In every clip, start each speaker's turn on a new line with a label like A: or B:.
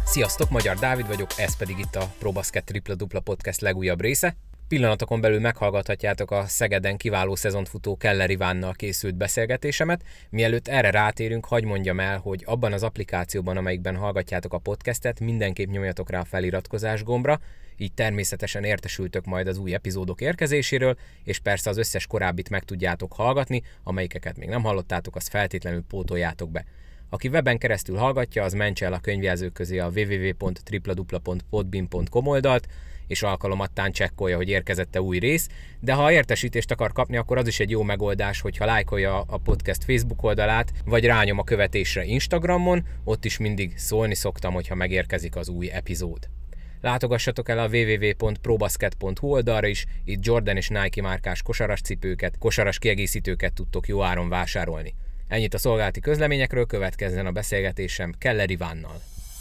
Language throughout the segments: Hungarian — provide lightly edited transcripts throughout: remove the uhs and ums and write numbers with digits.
A: Sziasztok, Magyar Dávid vagyok, ez pedig itt a ProBasket Tripla Dupla Podcast legújabb része. Pillanatokon belül meghallgathatjátok a Szegeden kiváló szezont futó Keller Ivánnal készült beszélgetésemet. Mielőtt erre rátérünk, hadd mondjam el, hogy abban az applikációban, amelyikben hallgatjátok a podcastet, mindenképp nyomjatok rá a feliratkozás gombra, így természetesen értesültök majd az új epizódok érkezéséről, és persze az összes korábbit meg tudjátok hallgatni, amelyikeket még nem hallottátok, azt feltétlenül pótoljátok be. Aki weben keresztül hallgatja, az mentse el a könyvjelzők közé a www.tripladupla.podbean.com oldalt, és alkalomattán csekkolja, hogy érkezett-e új rész, de ha értesítést akar kapni, akkor az is egy jó megoldás, hogyha lájkolja a podcast Facebook oldalát, vagy rányom a követésre Instagramon, ott is mindig szólni szoktam, hogyha megérkezik az új epizód. Látogassatok el a www.probasket.hu oldalra is, itt Jordan és Nike márkás kosaras cipőket, kosaras kiegészítőket tudtok jó áron vásárolni. Ennyit a szolgálati közleményekről, következzen a beszélgetésem Keller Ivánnal.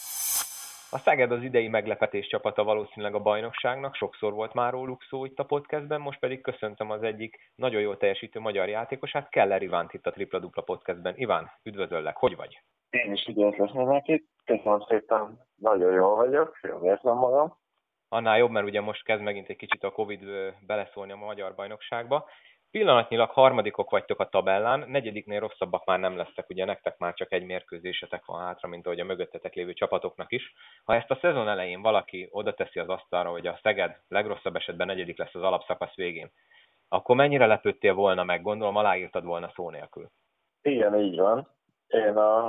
A: A Szeged az idei meglepetés csapata valószínűleg a bajnokságnak, sokszor volt már róluk szó itt a podcastben, most pedig köszöntöm az egyik nagyon jól teljesítő magyar játékosát, Keller Ivánt itt a Tripla Dupla Podcastben. Iván, üdvözöllek, hogy vagy?
B: Én is üdvözlök mindenkit, köszönöm szépen, nagyon jól vagyok, jól érzem magam.
A: Annál jobb, mert ugye most kezd megint egy kicsit a Covid beleszólni a magyar bajnokságba. Pillanatnyilag harmadikok vagytok a tabellán, negyediknél rosszabbak már nem lesztek, ugye nektek már csak egy mérkőzésetek van hátra, mint ahogy a mögöttetek lévő csapatoknak is. Ha ezt a szezon elején valaki oda teszi az asztalra, hogy a Szeged legrosszabb esetben negyedik lesz az alapszakasz végén, akkor mennyire lepődtél volna meg? Gondolom aláírtad volna szó nélkül.
B: Igen, így van. Én a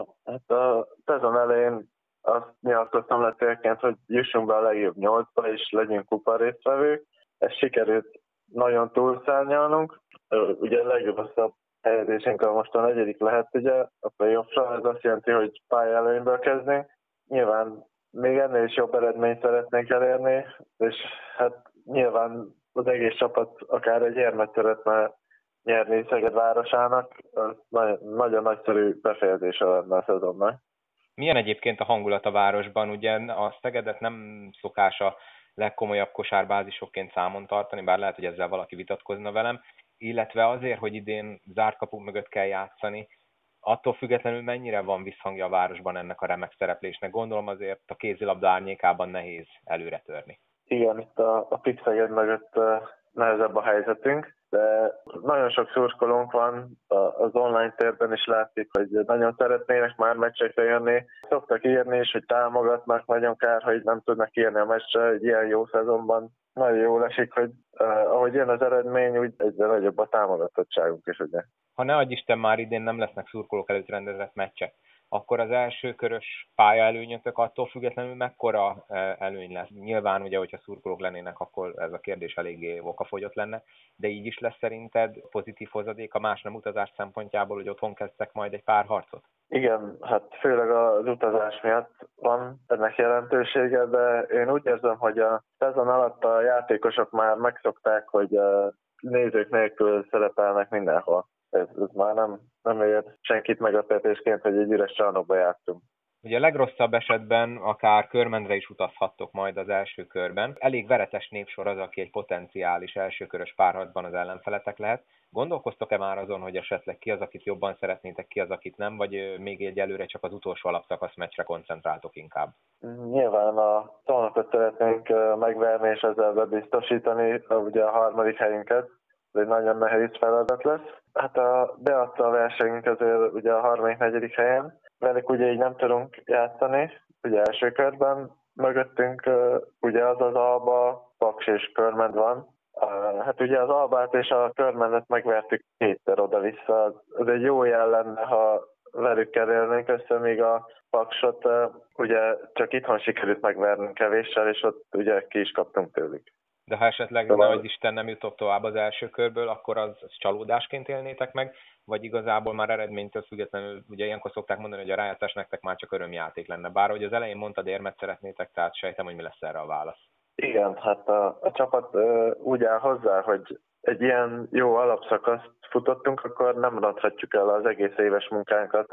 B: szezon elején azt nyilatkoztam le célként, hogy jussunk be a legjobb 8-ba, és legyünk kupa résztvevők. Ez sikerült nagyon túlszárnyalnunk. Ugye a legrosszabb helyezésünkkel most a negyedik lehet ugye a playoffra, ez azt jelenti, hogy pályaelőnyből kezdnénk. Nyilván még ennél is jobb eredményt szeretnénk elérni, és hát nyilván az egész csapat akár egy érmet szeretne nyerni Szeged városának, az nagyon nagyszerű befejezése lenne a szezonnak.
A: Milyen egyébként a hangulat a városban? Ugye a Szegedet nem szokás a legkomolyabb kosárbázisokként számon tartani, bár lehet, hogy ezzel valaki vitatkozna velem, illetve azért, hogy idén zárt kapuk mögött kell játszani, attól függetlenül mennyire van visszhangja a városban ennek a remek szereplésnek? Gondolom azért a kézilabda árnyékában nehéz előre törni.
B: Igen, itt a Pix Szeged mögött nehezebb a helyzetünk, de nagyon sok szurkolónk van, az online térben is látszik, hogy nagyon szeretnének már meccsekre jönni. Szoktak írni is, hogy támogatnak, nagyon kár, hogy nem tudnak írni a meccsre egy ilyen jó szezonban. Nagyon jól esik, hogy ahogy jön az eredmény, úgy egyre nagyobb a támogatottságunk is, ugye.
A: Ha ne adj Isten, már idén nem lesznek szurkolók előtt rendezett meccsek, akkor az első körös pályaelőnyötök attól függetlenül mekkora előny lesz? Nyilván ugye, hogyha szurkolók lennének, akkor ez a kérdés eléggé okafogyott lenne, de így is lesz szerinted pozitív hozadék a más nem utazás szempontjából, hogy otthon kezdtek majd egy pár harcot?
B: Igen, hát főleg az utazás miatt van ennek jelentősége, de én úgy érzem, hogy a szezon alatt a játékosok már megszokták, hogy nézők nélkül szerepelnek mindenhol. Ez már nem ér senkit meglepetésként, hogy egy üres csarnokba játszunk.
A: Ugye a legrosszabb esetben akár Körmendre is utazhattok majd az első körben. Elég veretes népsor az, aki egy potenciális elsőkörös párharcban az ellenfeletek lehet. Gondolkoztok-e már azon, hogy esetleg ki az, akit jobban szeretnétek, ki az, akit nem, vagy még egyelőre csak az utolsó alapszakasz meccsre koncentráltok inkább?
B: Nyilván a Szolnokot szeretnénk megverni és ezzel bebiztosítani ugye a harmadik helyünket. Ez egy nagyon nehéz feladat lesz. Hát a Beatta versenyünk azért ugye a harmadik-negyedik helyen. Velük ugye így nem tudunk játszani, ugye első körben. Mögöttünk ugye az Alba, Paks és Körmend van. Hát ugye az Albát és a Körmendet megvertük kétszer oda-vissza. Ez egy jó jel lenne, ha velük kerülnénk össze, míg a Paksot ugye csak itthon sikerült megvernünk kevéssel, és ott ugye ki is kaptunk tőlük.
A: De ha esetleg nehogy Isten nem jutott tovább az első körből, akkor az csalódásként élnétek meg, vagy igazából már eredménytől függetlenül, ugye ilyenkor szokták mondani, hogy a rájátszás nektek már csak örömjáték lenne. Bár hogy az elején mondtad, érmet szeretnétek, tehát sejtem, hogy mi lesz erre a válasz.
B: Igen, hát a csapat úgy áll hozzá, hogy egy ilyen jó alapszakaszt futottunk, akkor nem ronthatjuk el az egész éves munkánkat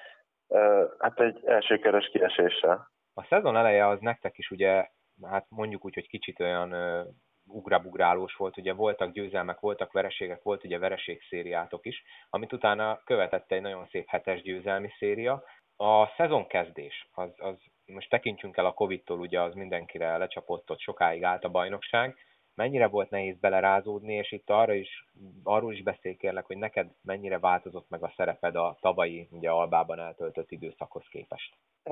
B: egy elsőkörös kieséssel.
A: A szezon eleje az nektek is ugye, hát mondjuk úgy, hogy kicsit olyan ugrabugrálós volt, ugye voltak győzelmek, voltak vereségek, volt ugye vereségszériátok is, amit utána követett egy nagyon szép 7-es győzelmi széria. A szezonkezdés az most tekintsünk el a Covid-tól, ugye az mindenkire lecsapott, ott sokáig állt a bajnokság. Mennyire volt nehéz belerázódni, és itt arról is beszélj kérlek, hogy neked mennyire változott meg a szereped a tavalyi, ugye Albában eltöltött időszakhoz képest?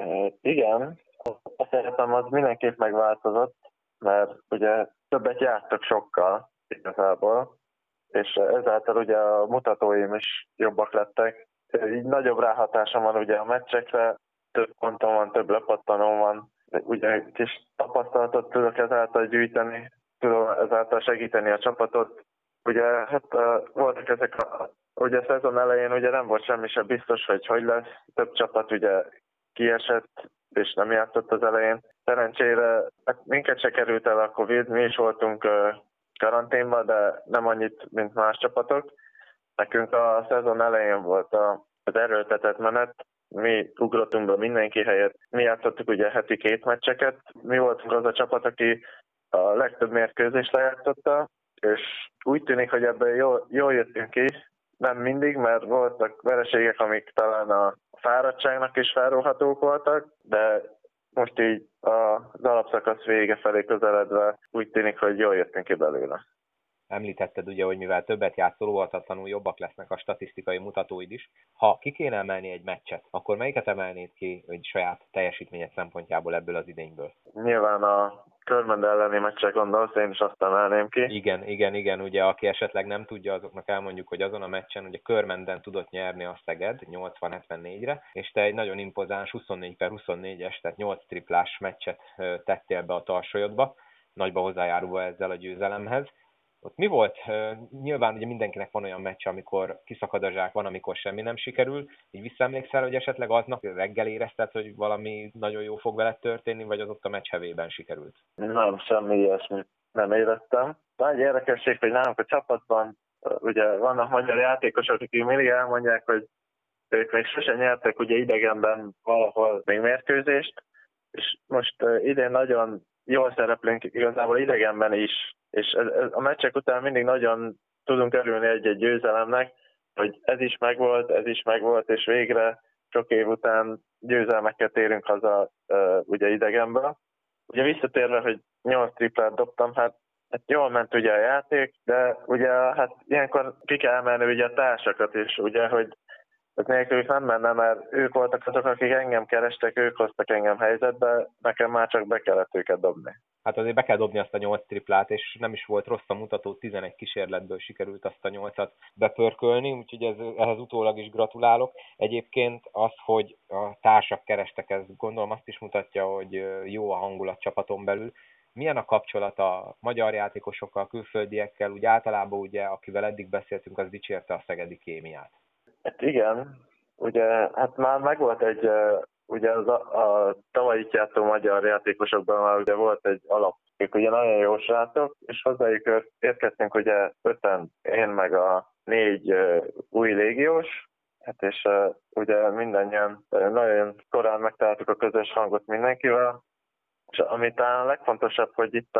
B: Igen, a szerepem az mindenképp megváltozott, mert ugye többet jártak sokkal igazából, és ezáltal ugye a mutatóim is jobbak lettek. Így nagyobb ráhatásom van ugye a meccsekre, több pontom van, több lepattanom van, ugye kis tapasztalatot tudok ezáltal gyűjteni, tudom ezáltal segíteni a csapatot. Ugye hát voltak ezek ugye a szezon elején ugye nem volt semmi sem biztos, hogy lesz. Több csapat ugye kiesett, és nem játszott az elején. Szerencsére hát minket se került el a Covid, mi is voltunk karanténban, de nem annyit, mint más csapatok. Nekünk a szezon elején volt az erőltetett menet, mi ugrottunk be mindenki helyett. Mi játszottuk ugye heti 2 meccseket. Mi voltunk az a csapat, aki a legtöbb mérkőzést lejátszotta, és úgy tűnik, hogy ebből jól jöttünk ki. Nem mindig, mert voltak vereségek, amik talán a fáradtságnak is felróhatók voltak, de most így az alapszakasz vége felé közeledve úgy tűnik, hogy jól jöttünk ki belőle.
A: Említetted ugye, hogy mivel többet játszol, óvatatlanul jobbak lesznek a statisztikai mutatóid is. Ha ki kéne emelni egy meccset, akkor melyiket emelnéd ki egy saját teljesítményed szempontjából ebből az idényből?
B: Nyilván a Körmend elleni meccsre gondolsz, én is azt emelném ki.
A: Igen, ugye aki esetleg nem tudja, azoknak elmondjuk, hogy azon a meccsen ugye Körmenden tudott nyerni a Szeged 80-74-re, és te egy nagyon impozáns 24/24-es, tehát 8 triplás meccset tettél be a tarsolyodba, nagyba hozzájárulva ezzel a győzelemhez. Ott mi volt? Nyilván ugye mindenkinek van olyan meccs, amikor kiszakad a zsák, van, amikor semmi nem sikerül. Így visszaemlékszel, hogy esetleg aznap reggel érezted, hogy valami nagyon jó fog veled történni, vagy az ott a meccs hevében sikerült?
B: Nem, semmi ilyesmit nem éreztem. Nagy érdekesség, hogy nálunk a csapatban ugye vannak magyar játékosok, akik mindig elmondják, hogy ők még sosem nyertek ugye idegenben valahol még mérkőzést, és most idén nagyon jól szereplünk igazából idegenben is, és a meccsek után mindig nagyon tudunk örülni egy-egy győzelemnek, hogy ez is megvolt, és végre sok év után győzelmekkel érünk haza ugye idegenből. Ugye visszatérve, hogy 8 triplát dobtam, hát jól ment ugye a játék, de ugye hát ilyenkor ki kell emelni ugye a társakat is, ugye, hogy nélkülük nem menne, mert ők voltak azok, akik engem kerestek, ők hoztak engem helyzetbe, nekem már csak be kellett őket dobni.
A: Hát azért be kell dobni azt a 8 triplát, és nem is volt rossz a mutató, 11 kísérletből sikerült azt a 8-at bepörkölni, úgyhogy ehhez utólag is gratulálok. Egyébként az, hogy a társak kerestek, ez gondolom azt is mutatja, hogy jó a hangulat csapaton belül. Milyen a kapcsolat a magyar játékosokkal, külföldiekkel, úgy általában ugye, akivel eddig beszéltünk, az dicsérte a szegedi kémiát.
B: Hát igen, ugye hát már megvolt egy, ugye a tavaly játszó magyar játékosokban már ugye volt egy alap, ők ugye nagyon jó srácok, és hozzájuk érkeztünk ugye 5-en, én meg a 4 új légiós, hát és ugye mindannyian nagyon korán megtaláltuk a közös hangot mindenkivel, és ami talán a legfontosabb, hogy itt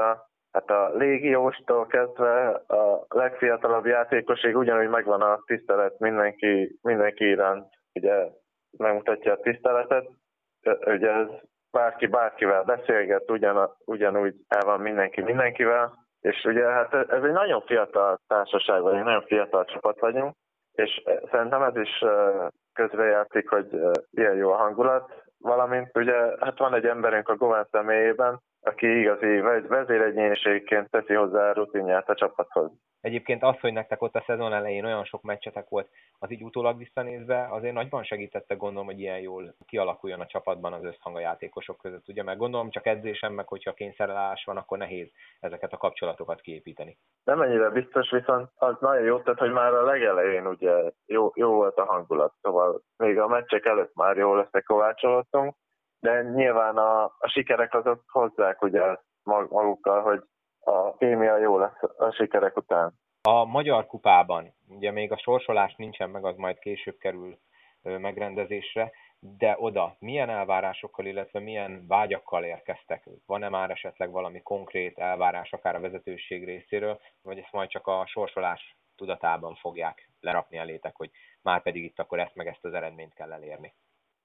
B: a légióstól kezdve a legfiatalabb játékosig ugyanúgy megvan a tisztelet mindenki iránt. Ugye megmutatja a tiszteletet, ugye ez bárkivel beszélget, ugyanúgy el van mindenkivel, és ugye hát ez egy nagyon fiatal társaság vagyunk, nagyon fiatal csapat vagyunk, és szerintem ez is közrejátszik, hogy ilyen jó a hangulat, valamint ugye hát van egy emberünk a Gován személyében, aki igazi vezéregyéniségként teszi hozzá a rutinját a csapathoz.
A: Egyébként az, hogy nektek ott a szezon elején olyan sok meccsetek volt, az így utólag visszanézve azért nagyban segítette, gondolom, hogy ilyen jól kialakuljon a csapatban az összhang a játékosok között, ugye? Mert gondolom csak edzésen, meg hogyha kényszerelállás van, akkor nehéz ezeket a kapcsolatokat kiépíteni.
B: Nem ennyire biztos, viszont az nagyon jó tett, hogy már a legelején ugye jó volt a hangulat, szóval még a meccsek előtt már jól összekovácsolódtunk, de nyilván a sikerek azok hozzák ugye magukkal, hogy a kémia jó lesz a sikerek után.
A: A Magyar Kupában, ugye még a sorsolás nincsen meg, az majd később kerül megrendezésre, de oda milyen elvárásokkal, illetve milyen vágyakkal érkeztek? Van-e már esetleg valami konkrét elvárás, akár a vezetőség részéről, vagy ezt majd csak a sorsolás tudatában fogják lerakni elétek, hogy már pedig itt akkor ezt meg ezt az eredményt kell elérni?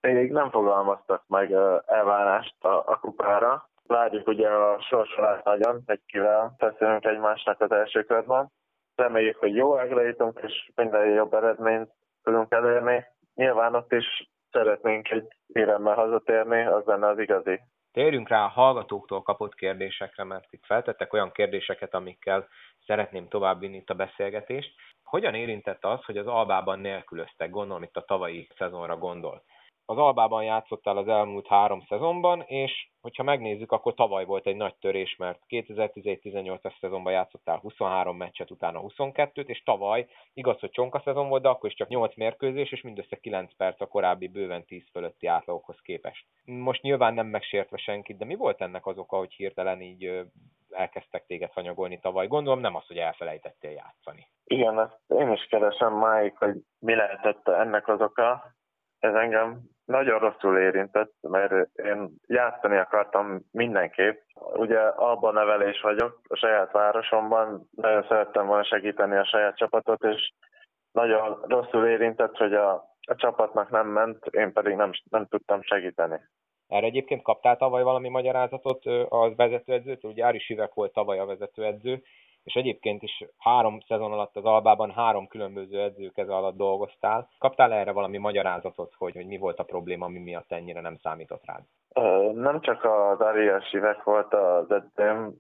B: még nem fogalmaztak meg elvárást a kupára. Várjuk ugye a sorsolát nagyon, egy kivel feszülünk egymásnak az első körben. Reméljük, hogy jó áglajítunk, és minden jobb eredményt tudunk elérni. Nyilván ott is szeretnénk egy híremmel hazatérni, az lenne az igazi.
A: Térjünk rá a hallgatóktól kapott kérdésekre, mert itt feltettek olyan kérdéseket, amikkel szeretném továbbvinni itt a beszélgetést. Hogyan érintett az, hogy az Albában nélkülöztek? Gondolom itt a tavalyi szezonra gondol. Az Albában játszottál az elmúlt 3 szezonban, és hogyha megnézzük, akkor tavaly volt egy nagy törés, mert 2017-18-as szezonban játszottál 23 meccset, utána 22-t, és tavaly igaz, hogy csonka szezon volt, de akkor is csak 8 mérkőzés, és mindössze 9 perc a korábbi bőven 10 fölötti átlagokhoz képest. Most nyilván nem megsértve senkit, de mi volt ennek az oka, hogy hirtelen így elkezdtek téged hanyagolni tavaly? Gondolom nem az, hogy elfelejtettél játszani.
B: Igen, ezt én is keresem máig, hogy mi lehetett ennek az oka. Ez engem nagyon rosszul érintett, mert én játszani akartam mindenképp. Ugye abban nevelés vagyok, a saját városomban, nagyon szerettem volna segíteni a saját csapatot, és nagyon rosszul érintett, hogy a csapatnak nem ment, én pedig nem tudtam segíteni.
A: Erre egyébként kaptál tavaly valami magyarázatot a vezetőedzőtől? Ugye Ári Sivek volt tavaly a vezetőedző, és egyébként is 3 szezon alatt az Albában 3 különböző edzőkeze alatt dolgoztál. Kaptál erre valami magyarázatot, hogy mi volt a probléma, ami miatt ennyire nem számított rád?
B: Nem csak az Ári Sivek volt az edzőm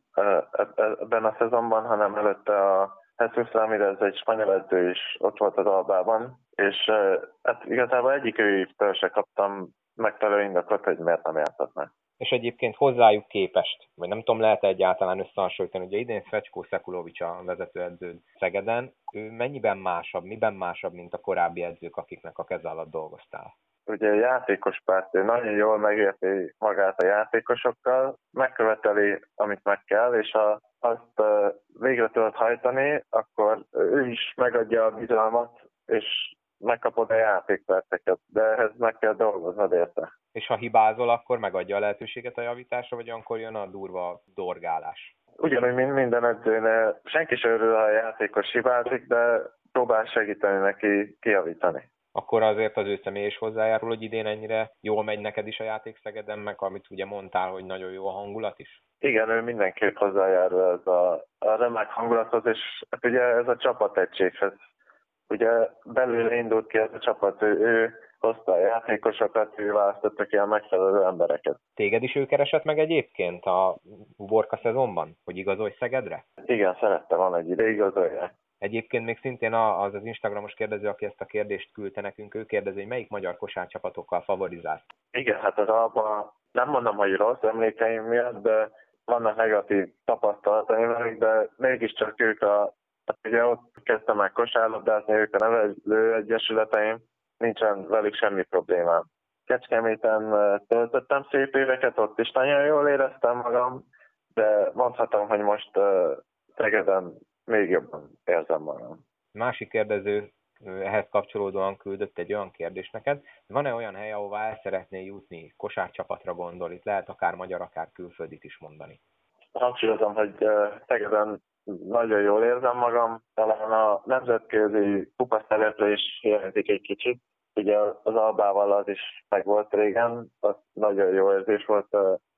B: ebben a szezonban, hanem előtte a Jesus Ramirez, egy spanyol edző is ott volt az Albában, és hát igazából egyikőjüktől se kaptam megfelelő indokot, hogy miért nem játszhatnak.
A: És egyébként hozzájuk képest, vagy nem tudom, lehet egyáltalán összehasonlítani, ugye idén Szvecskó Szekulovics a vezetőedző Szegeden, ő mennyiben másabb, miben másabb, mint a korábbi edzők, akiknek a keze alatt dolgoztál?
B: Ugye a játékospárt, ő nagyon jól megérti magát a játékosokkal, megköveteli, amit meg kell, és ha azt végre tudod hajtani, akkor ő is megadja a bizalmat, és megkapod a játékperceket, de ehhez meg kell dolgoznod érte.
A: És ha hibázol, akkor megadja a lehetőséget a javításra, vagy akkor jön a durva dorgálás?
B: Ugyanúgy, mint minden edzőnél, senki sem örül, ha a játékos hibázik, de próbál segíteni neki kijavítani.
A: Akkor azért az ő személy is hozzájárul, hogy idén ennyire jól megy neked is a játék Szegeden, meg amit ugye mondtál, hogy nagyon jó a hangulat is?
B: Igen, ő mindenképp hozzájárul ez a remek hangulathoz, és hát ugye ez a csapategységhez. Ugye belőle indult ki ez a csapat, ő hozta a játékosokat, ő választotta ki a megfelelő embereket.
A: Téged is ő keresett meg egyébként a Uborka szezonban, hogy igazolj Szegedre?
B: Igen, szerette van egy ide, igazolják.
A: Egyébként még szintén az Instagramos kérdező, aki ezt a kérdést küldte nekünk, ő kérdezi, hogy melyik magyar kosárcsapatokkal favorizálsz?
B: Igen, hát az Alba, nem mondom, hogy rossz emlékeim miatt, de vannak negatív tapasztalataim, de mégiscsak ők hát ugye ott kezdtem meg kosárlabdázni, ők a nevelő egyesületeim, nincsen velük semmi problémám. Kecskeméten töltöttem szép éveket, ott is nagyon jól éreztem magam, de mondhatom, hogy most Szegeden még jobban érzem magam.
A: Másik kérdező ehhez kapcsolódóan küldött egy olyan kérdést neked. Van-e olyan hely, ahová el szeretnél jutni? Kosárcsapatra gondol, itt lehet akár magyar, akár külföldit is mondani.
B: Hangsúlyozom, hogy Szegeden nagyon jól érzem magam, talán a nemzetközi kupaszereplő is hiányzik egy kicsit. Ugye az Albával az is megvolt régen, az nagyon jó érzés volt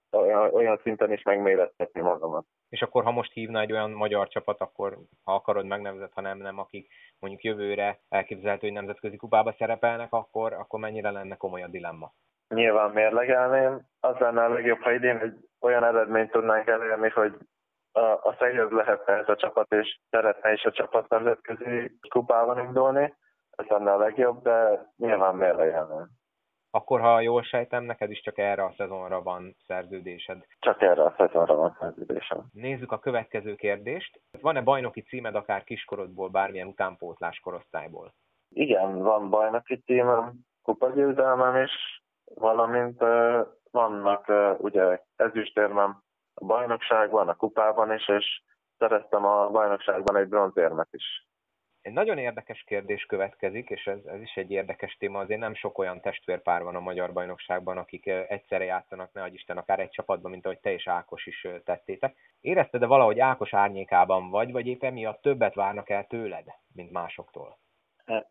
B: olyan szinten is megmérettetni magamat.
A: És akkor, ha most hívna egy olyan magyar csapat, akkor ha akarod megnevezed, ha nem, akik mondjuk jövőre elképzelhető, hogy nemzetközi kupába szerepelnek, akkor mennyire lenne komoly a dilemma?
B: Nyilván mérlegelném. Az lenne a legjobb, ha idén egy olyan eredményt tudnánk elérni, hogy a Szeged lehetne ez a csapat, és szeretne is a csapat nemzetközi kupában indulni. Ez lenne a legjobb, de nyilván mérlegelném.
A: Akkor, ha jól sejtem, neked is csak erre a szezonra van szerződésed.
B: Csak erre a szezonra van szerződésem.
A: Nézzük a következő kérdést. Van-e bajnoki címed akár kiskorodból, bármilyen utánpótlás korosztályból?
B: Igen, van bajnoki címem, kupagyőzelmem is, valamint vannak ugye ezüstérmem a bajnokságban, a kupában is, és szereztem a bajnokságban egy bronzérmet is.
A: Egy nagyon érdekes kérdés következik, és ez is egy érdekes téma, azért nem sok olyan testvérpár van a magyar bajnokságban, akik egyszerre játszanak, ne adj Isten, akár egy csapatban, mint ahogy te és Ákos is tettétek. Érezted-e valahogy Ákos árnyékában vagy épp emiatt többet várnak el tőled, mint másoktól?
B: Hát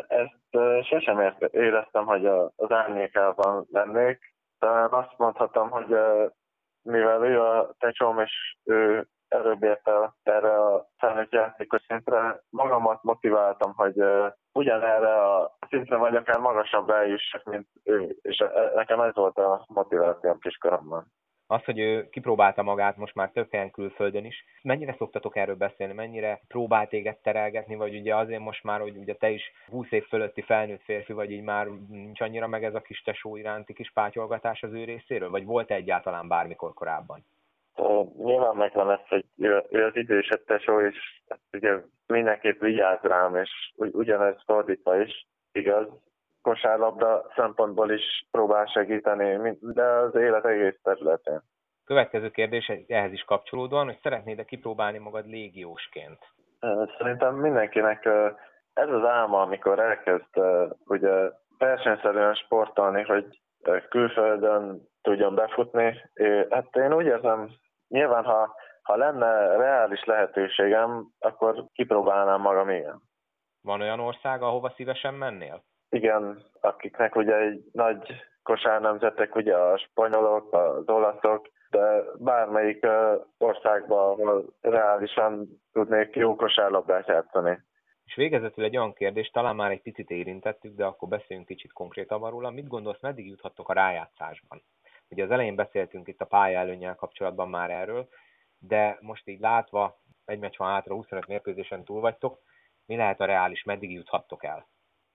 B: ezt sosem éreztem, hogy az árnyékában lennék. Talán azt mondhatom, hogy mivel ő a tecsóm, és ő előbb ért el erre a felnőtt játékos szintre, magamat motiváltam, hogy ugyanerre a szintre vagy akár magasabbra eljussak, mint ő. És nekem ez volt a motivációm kiskoromban.
A: Az, hogy ő kipróbálta magát most már több helyen külföldön is, mennyire szoktatok erről beszélni, mennyire próbál téged terelgetni, vagy ugye azért most már, hogy ugye te is 20 év fölötti felnőtt férfi vagy, így már nincs annyira meg ez a kis tesó iránti kis pátyolgatás az ő részéről, vagy volt-e egyáltalán bármikor korábban?
B: Nyilván megvan ez, hogy ő az idősebb tesó, és ugye mindenképp vigyáz rám, és ugyanez fordítva is igaz. Kosárlabda szempontból is próbál segíteni, de az élet egész területén.
A: Következő kérdés ehhez is kapcsolódóan, hogy szeretnéd-e kipróbálni magad légiósként?
B: Szerintem mindenkinek ez az álma, amikor elkezd ugye versenyszerűen sportolni, hogy külföldön tudjon befutni. Hát én úgy érzem, nyilván ha lenne reális lehetőségem, akkor kipróbálnám magam, igen.
A: Van olyan ország, ahova szívesen mennél?
B: Igen, akiknek ugye egy nagy kosárnemzetek, ugye a spanyolok, az olaszok, de bármelyik országban, ahol reálisan tudnék jó kosárlabdát játszani.
A: És végezetül egy olyan kérdés, talán már egy picit érintettük, de akkor beszéljünk kicsit konkrétabban róla. Mit gondolsz, meddig juthattok a rájátszásban? Ugye az elején beszéltünk itt a pályaelőnnyel kapcsolatban már erről, de most így látva, egy meccs van hátra, 25 mérkőzésen túl vagytok, mi lehet a reális, meddig juthattok el?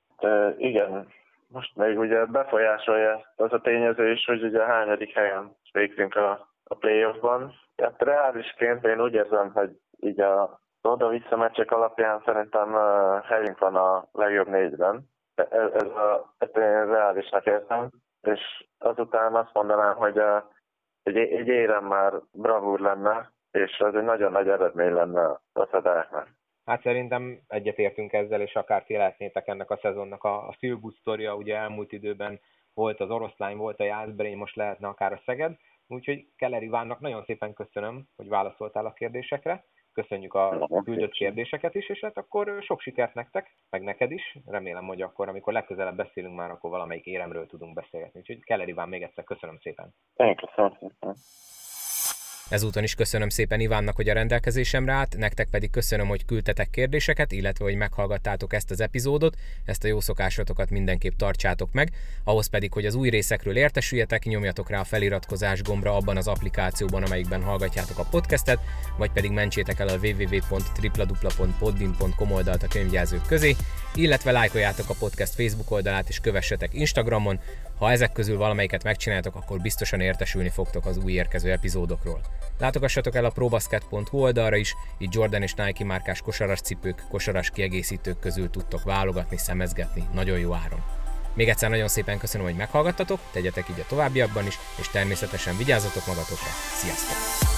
B: Igen, most még ugye befolyásolja az a tényező is, hogy ugye hányadik helyen végzünk a playoffban. Hát reálisként én úgy érzem, hogy így a oda-vissza meccsek alapján szerintem helyünk van a legjobb 4-ben. Ezt én reálisnak érzem, és azután azt mondanám, hogy egy érem már bravúr lenne, és az egy nagyon nagy eredmény lenne a szadáknak.
A: Hát szerintem egyetértünk ezzel, és akár ti lehetnétek ennek a szezonnak a feel good sztoria, ugye elmúlt időben volt az Oroszlány, volt a Jászberény, most lehetne akár a Szeged. Úgyhogy Keller Ivánnak nagyon szépen köszönöm, hogy válaszoltál a kérdésekre. Köszönjük a küldött kérdéseket is, és hát akkor sok sikert nektek, meg neked is. Remélem, hogy akkor, amikor legközelebb beszélünk már, akkor valamelyik éremről tudunk beszélgetni. Úgyhogy Keller Iván, még egyszer köszönöm szépen.
B: Köszönöm szépen.
A: Ezúton is köszönöm szépen Ivánnak, hogy a rendelkezésemre állt, nektek pedig köszönöm, hogy küldtetek kérdéseket, illetve hogy meghallgattátok ezt az epizódot, ezt a jó szokásotokat mindenképp tartsátok meg, ahhoz pedig, hogy az új részekről értesüljetek, nyomjatok rá a feliratkozás gombra abban az applikációban, amelyikben hallgatjátok a podcastet, vagy pedig mentsétek el a www.tripladupla.podbean.com oldalt a könyvjelzők közé, illetve lájkoljátok a podcast Facebook oldalát és kövessetek Instagramon. Ha ezek közül valamelyiket megcsináltok, akkor biztosan értesülni fogtok az új érkező epizódokról. Látogassatok el a probasket.hu oldalra is, így Jordan és Nike márkás kosaras cipők, kosaras kiegészítők közül tudtok válogatni, szemezgetni nagyon jó áron. Még egyszer nagyon szépen köszönöm, hogy meghallgattatok, tegyetek így a továbbiakban is, és természetesen vigyázzatok magatokra. Sziasztok!